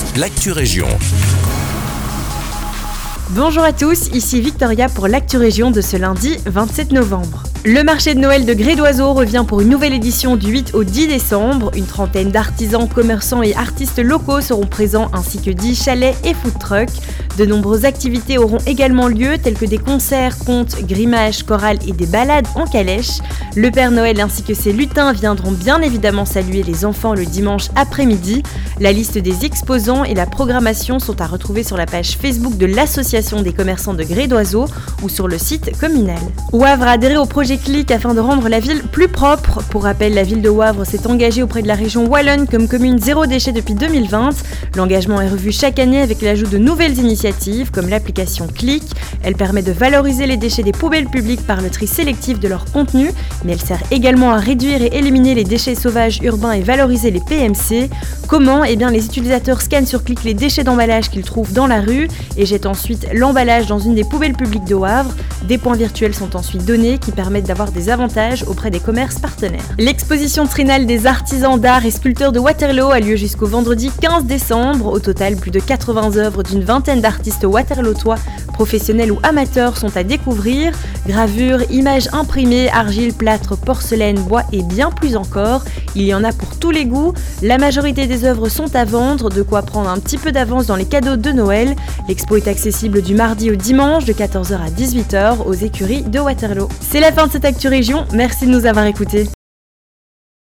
l'actu région. Bonjour à tous, ici Victoria pour l'actu région de ce lundi 27 novembre. Le marché de Noël de Gré-d'Oiseau revient pour une nouvelle édition du 8 au 10 décembre. Une trentaine d'artisans, commerçants et artistes locaux seront présents ainsi que 10 chalets et food trucks. De nombreuses activités auront également lieu telles que des concerts, contes, grimages, chorales et des balades en calèche. Le Père Noël ainsi que ses lutins viendront bien évidemment saluer les enfants le dimanche après-midi. La liste des exposants et la programmation sont à retrouver sur la page Facebook de l'Association des commerçants de Gré-d'Oiseau ou sur le site communal. Wavre a adhéré au projet CLIC afin de rendre la ville plus propre. Pour rappel, la ville de Wavre s'est engagée auprès de la région wallonne comme commune zéro déchet depuis 2020. L'engagement est revu chaque année avec l'ajout de nouvelles initiatives comme l'application CLIC. Elle permet de valoriser les déchets des poubelles publiques par le tri sélectif de leur contenu, mais elle sert également à réduire et éliminer les déchets sauvages urbains et valoriser les PMC. Comment ? Les utilisateurs scannent sur CLIC les déchets d'emballage qu'ils trouvent dans la rue et jettent ensuite l'emballage dans une des poubelles publiques de Wavre. Des points virtuels sont ensuite donnés qui permettent d'avoir des avantages auprès des commerces partenaires. L'exposition trinale des artisans d'art et sculpteurs de Waterloo a lieu jusqu'au vendredi 15 décembre. Au total, plus de 80 œuvres d'une vingtaine d'artistes waterlootois, professionnels ou amateurs, sont à découvrir. Gravures, images imprimées, argile, plâtre, porcelaine, bois et bien plus encore. Il y en a pour tous les goûts. La majorité des œuvres sont à vendre, de quoi prendre un petit peu d'avance dans les cadeaux de Noël. L'expo est accessible du mardi au dimanche de 14h à 18h aux écuries de Waterloo. C'est la fin de cette Actu Région, merci de nous avoir écoutés.